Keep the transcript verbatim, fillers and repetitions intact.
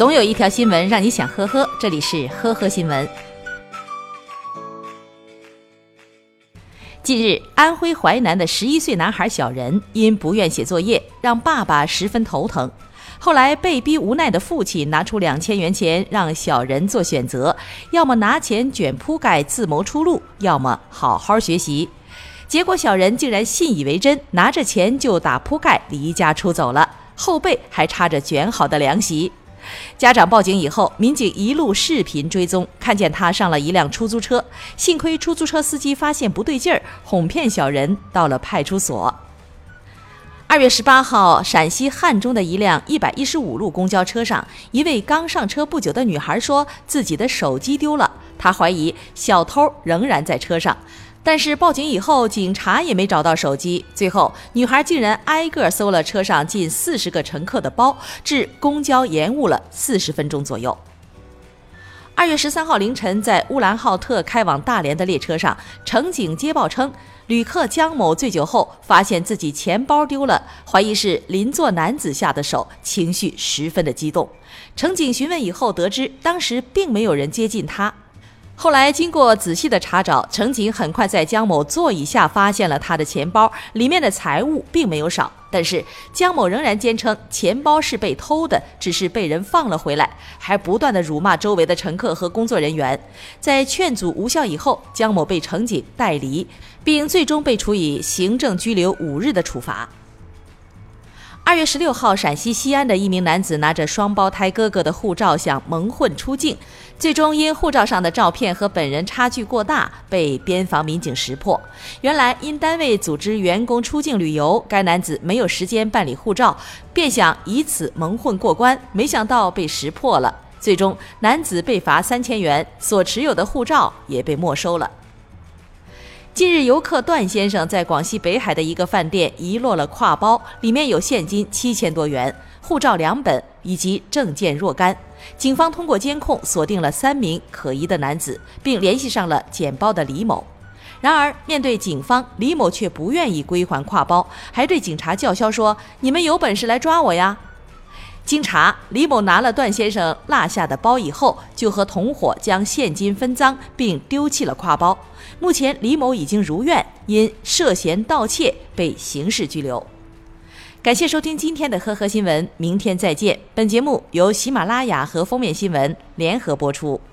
总有一条新闻让你想呵呵，这里是呵呵新闻。近日，安徽淮南的十一岁男孩小任因不愿写作业，让爸爸十分头疼。后来被逼无奈的父亲拿出两千元钱，让小任做选择，要么拿钱卷铺盖自谋出路，要么好好学习。结果小任竟然信以为真，拿着钱就打铺盖离家出走了，后背还插着卷好的凉席。家长报警以后，民警一路视频追踪，看见他上了一辆出租车，幸亏出租车司机发现不对劲儿，哄骗小任到了派出所。二月十八号，陕西汉中的一辆一百一十五路公交车上，一位刚上车不久的女孩说自己的手机丢了，她怀疑小偷仍然在车上。但是报警以后，警察也没找到手机。最后，女孩竟然挨个搜了车上近四十个乘客的包，致公交延误了四十分钟左右。二月十三号凌晨，在乌兰浩特开往大连的列车上，乘警接报称，旅客江某醉酒后发现自己钱包丢了，怀疑是邻座男子下的手，情绪十分的激动。乘警询问以后得知，当时并没有人接近他。后来经过仔细的查找，乘警很快在江某座椅下发现了他的钱包，里面的财物并没有少，但是江某仍然坚称钱包是被偷的，只是被人放了回来，还不断的辱骂周围的乘客和工作人员。在劝阻无效以后，江某被乘警带离，并最终被处以行政拘留五日的处罚。二月十六号，陕西西安的一名男子拿着双胞胎哥哥的护照想蒙混出境，最终因护照上的照片和本人差距过大，被边防民警识破。原来因单位组织员工出境旅游，该男子没有时间办理护照，便想以此蒙混过关，没想到被识破了。最终男子被罚三千元，所持有的护照也被没收了。近日，游客段先生在广西北海的一个饭店遗落了挎包，里面有现金七千多元、护照两本以及证件若干。警方通过监控锁定了三名可疑的男子，并联系上了捡包的李某。然而，面对警方，李某却不愿意归还挎包，还对警察叫嚣说：“你们有本事来抓我呀！”经查，李某拿了段先生落下的包以后，就和同伙将现金分赃，并丢弃了挎包。目前，李某已经如愿，因涉嫌盗窃被刑事拘留。感谢收听今天的呵呵新闻，明天再见。本节目由喜马拉雅和封面新闻联合播出。